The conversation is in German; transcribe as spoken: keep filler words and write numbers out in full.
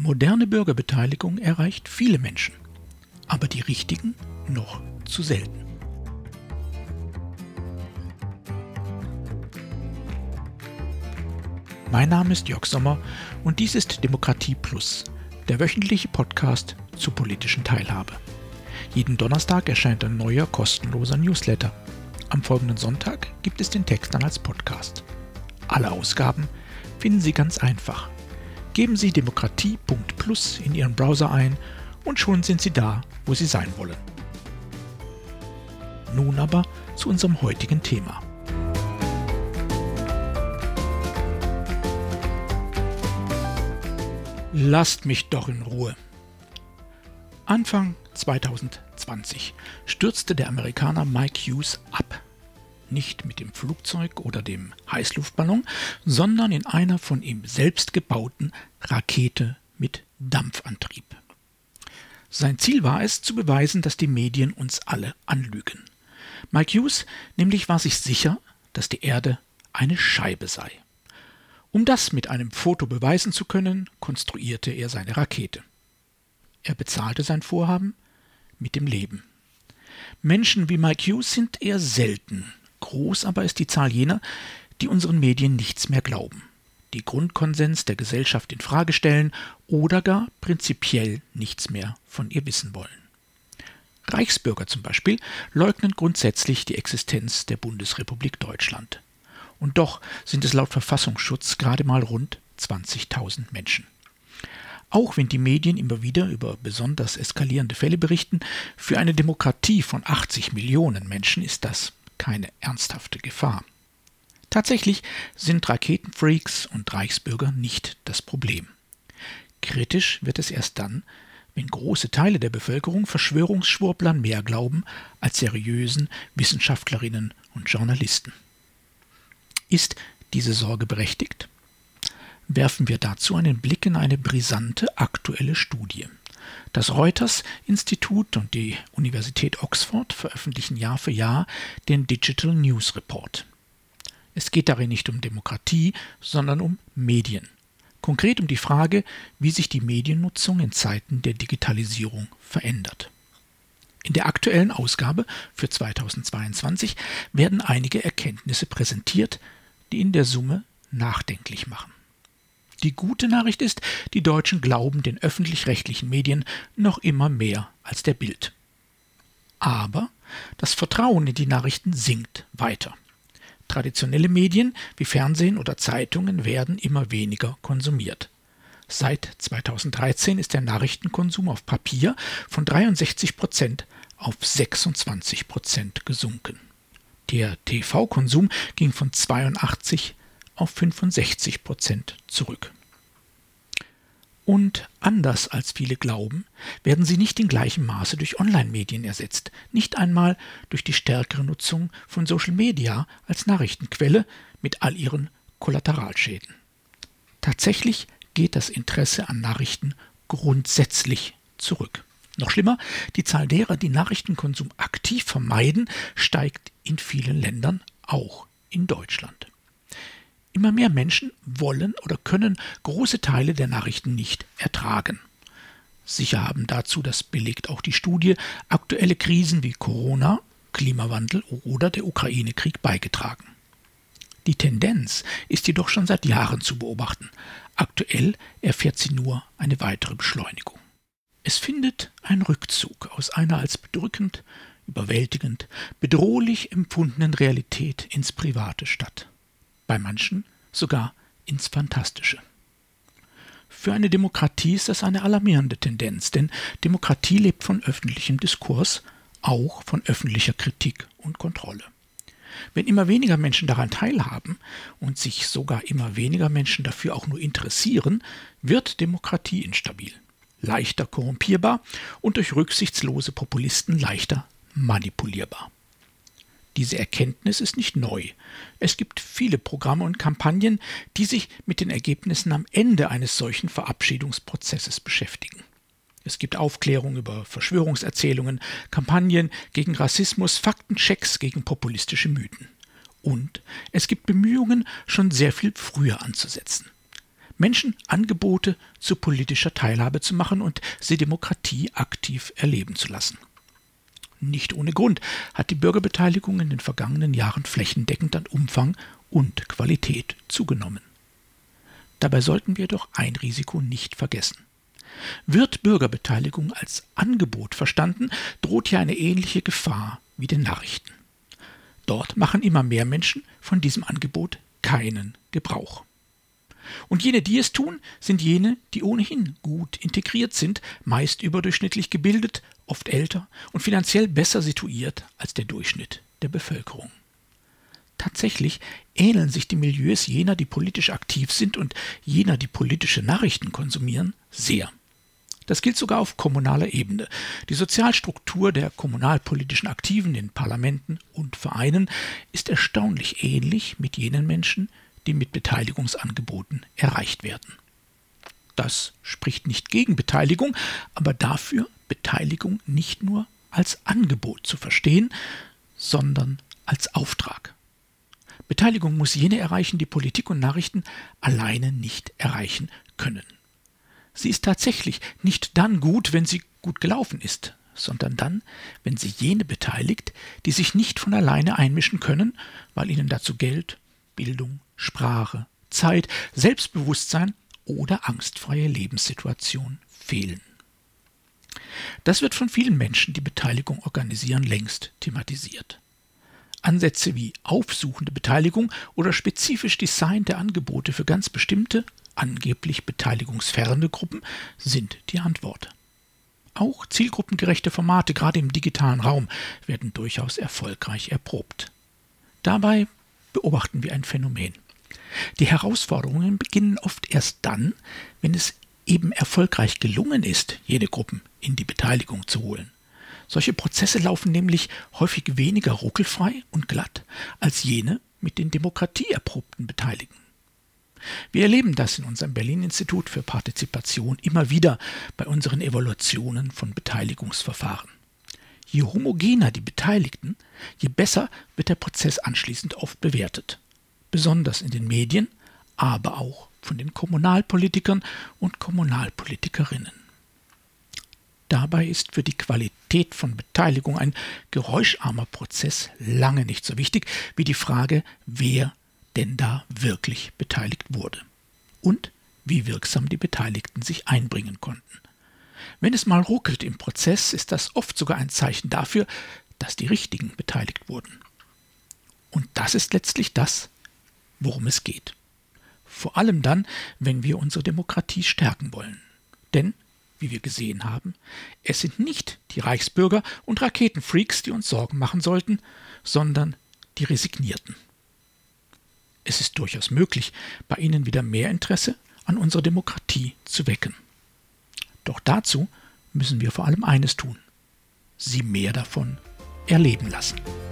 Moderne Bürgerbeteiligung erreicht viele Menschen, aber die richtigen noch zu selten. Mein Name ist Jörg Sommer und dies ist Demokratie Plus, der wöchentliche Podcast zur politischen Teilhabe. Jeden Donnerstag erscheint ein neuer kostenloser Newsletter. Am folgenden Sonntag gibt es den Text dann als Podcast. Alle Ausgaben finden Sie ganz einfach. Geben Sie demokratie Punkt plus in Ihren Browser ein und schon sind Sie da, wo Sie sein wollen. Nun aber zu unserem heutigen Thema. Lasst mich doch in Ruhe. Anfang zwanzig zwanzig stürzte der Amerikaner Mike Hughes ab. Nicht mit dem Flugzeug oder dem Heißluftballon, sondern in einer von ihm selbst gebauten Rakete mit Dampfantrieb. Sein Ziel war es, zu beweisen, dass die Medien uns alle anlügen. Mike Hughes nämlich war sich sicher, dass die Erde eine Scheibe sei. Um das mit einem Foto beweisen zu können, konstruierte er seine Rakete. Er bezahlte sein Vorhaben mit dem Leben. Menschen wie Mike Hughes sind eher selten. Groß aber ist die Zahl jener, die unseren Medien nichts mehr glauben, die Grundkonsens der Gesellschaft in Frage stellen oder gar prinzipiell nichts mehr von ihr wissen wollen. Reichsbürger zum Beispiel leugnen grundsätzlich die Existenz der Bundesrepublik Deutschland. Und doch sind es laut Verfassungsschutz gerade mal rund zwanzigtausend Menschen. Auch wenn die Medien immer wieder über besonders eskalierende Fälle berichten, für eine Demokratie von achtzig Millionen Menschen ist das keine ernsthafte Gefahr. Tatsächlich sind Raketenfreaks und Reichsbürger nicht das Problem. Kritisch wird es erst dann, wenn große Teile der Bevölkerung Verschwörungsschwurblern mehr glauben als seriösen Wissenschaftlerinnen und Journalisten. Ist diese Sorge berechtigt? Werfen wir dazu einen Blick in eine brisante aktuelle Studie. Das Reuters-Institut und die Universität Oxford veröffentlichen Jahr für Jahr den Digital News Report. Es geht darin nicht um Demokratie, sondern um Medien. Konkret um die Frage, wie sich die Mediennutzung in Zeiten der Digitalisierung verändert. In der aktuellen Ausgabe für zweitausendzweiundzwanzig werden einige Erkenntnisse präsentiert, die in der Summe nachdenklich machen. Die gute Nachricht ist, die Deutschen glauben den öffentlich-rechtlichen Medien noch immer mehr als der Bild. Aber das Vertrauen in die Nachrichten sinkt weiter. Traditionelle Medien wie Fernsehen oder Zeitungen werden immer weniger konsumiert. Seit zweitausenddreizehn ist der Nachrichtenkonsum auf Papier von dreiundsechzig Prozent auf sechsundzwanzig Prozent gesunken. Der T V-Konsum ging von zweiundachtzig auf fünfundsechzig Prozent zurück. Und anders als viele glauben, werden sie nicht in gleichem Maße durch Online-Medien ersetzt, nicht einmal durch die stärkere Nutzung von Social Media als Nachrichtenquelle mit all ihren Kollateralschäden. Tatsächlich geht das Interesse an Nachrichten grundsätzlich zurück. Noch schlimmer, die Zahl derer, die Nachrichtenkonsum aktiv vermeiden, steigt in vielen Ländern, auch in Deutschland. Immer mehr Menschen wollen oder können große Teile der Nachrichten nicht ertragen. Sicher haben dazu, das belegt auch die Studie, aktuelle Krisen wie Corona, Klimawandel oder der Ukraine-Krieg beigetragen. Die Tendenz ist jedoch schon seit Jahren zu beobachten. Aktuell erfährt sie nur eine weitere Beschleunigung. Es findet ein Rückzug aus einer als bedrückend, überwältigend, bedrohlich empfundenen Realität ins Private statt. Bei manchen sogar ins Fantastische. Für eine Demokratie ist das eine alarmierende Tendenz, denn Demokratie lebt von öffentlichem Diskurs, auch von öffentlicher Kritik und Kontrolle. Wenn immer weniger Menschen daran teilhaben und sich sogar immer weniger Menschen dafür auch nur interessieren, wird Demokratie instabil, leichter korrumpierbar und durch rücksichtslose Populisten leichter manipulierbar. Diese Erkenntnis ist nicht neu. Es gibt viele Programme und Kampagnen, die sich mit den Ergebnissen am Ende eines solchen Verabschiedungsprozesses beschäftigen. Es gibt Aufklärung über Verschwörungserzählungen, Kampagnen gegen Rassismus, Faktenchecks gegen populistische Mythen. Und es gibt Bemühungen, schon sehr viel früher anzusetzen. Menschen Angebote zu politischer Teilhabe zu machen und sie Demokratie aktiv erleben zu lassen. Nicht ohne Grund hat die Bürgerbeteiligung in den vergangenen Jahren flächendeckend an Umfang und Qualität zugenommen. Dabei sollten wir doch ein Risiko nicht vergessen. Wird Bürgerbeteiligung als Angebot verstanden, droht hier eine ähnliche Gefahr wie den Nachrichten. Dort machen immer mehr Menschen von diesem Angebot keinen Gebrauch. Und jene, die es tun, sind jene, die ohnehin gut integriert sind, meist überdurchschnittlich gebildet, oft älter und finanziell besser situiert als der Durchschnitt der Bevölkerung. Tatsächlich ähneln sich die Milieus jener, die politisch aktiv sind, und jener, die politische Nachrichten konsumieren, sehr. Das gilt sogar auf kommunaler Ebene. Die Sozialstruktur der kommunalpolitischen Aktiven in Parlamenten und Vereinen ist erstaunlich ähnlich mit jenen Menschen, die mit Beteiligungsangeboten erreicht werden. Das spricht nicht gegen Beteiligung, aber dafür, Beteiligung nicht nur als Angebot zu verstehen, sondern als Auftrag. Beteiligung muss jene erreichen, die Politik und Nachrichten alleine nicht erreichen können. Sie ist tatsächlich nicht dann gut, wenn sie gut gelaufen ist, sondern dann, wenn sie jene beteiligt, die sich nicht von alleine einmischen können, weil ihnen dazu Geld, Bildung, Sprache, Zeit, Selbstbewusstsein oder angstfreie Lebenssituation fehlen. Das wird von vielen Menschen, die Beteiligung organisieren, längst thematisiert. Ansätze wie aufsuchende Beteiligung oder spezifisch Design der Angebote für ganz bestimmte, angeblich beteiligungsferne Gruppen sind die Antwort. Auch zielgruppengerechte Formate, gerade im digitalen Raum, werden durchaus erfolgreich erprobt. Dabei beobachten wir ein Phänomen. Die Herausforderungen beginnen oft erst dann, wenn es eben erfolgreich gelungen ist, jene Gruppen in die Beteiligung zu holen. Solche Prozesse laufen nämlich häufig weniger ruckelfrei und glatt als jene mit den demokratieerprobten Beteiligten. Wir erleben das in unserem Berlin-Institut für Partizipation immer wieder bei unseren Evaluationen von Beteiligungsverfahren. Je homogener die Beteiligten, je besser wird der Prozess anschließend oft bewertet. Besonders in den Medien, aber auch von den Kommunalpolitikern und Kommunalpolitikerinnen. Dabei ist für die Qualität von Beteiligung ein geräuscharmer Prozess lange nicht so wichtig wie die Frage, wer denn da wirklich beteiligt wurde und wie wirksam die Beteiligten sich einbringen konnten. Wenn es mal ruckelt im Prozess, ist das oft sogar ein Zeichen dafür, dass die Richtigen beteiligt wurden. Und das ist letztlich das, worum es geht. Vor allem dann, wenn wir unsere Demokratie stärken wollen. Denn, wie wir gesehen haben, es sind nicht die Reichsbürger und Raketenfreaks, die uns Sorgen machen sollten, sondern die Resignierten. Es ist durchaus möglich, bei ihnen wieder mehr Interesse an unserer Demokratie zu wecken. Doch dazu müssen wir vor allem eines tun: sie mehr davon erleben lassen.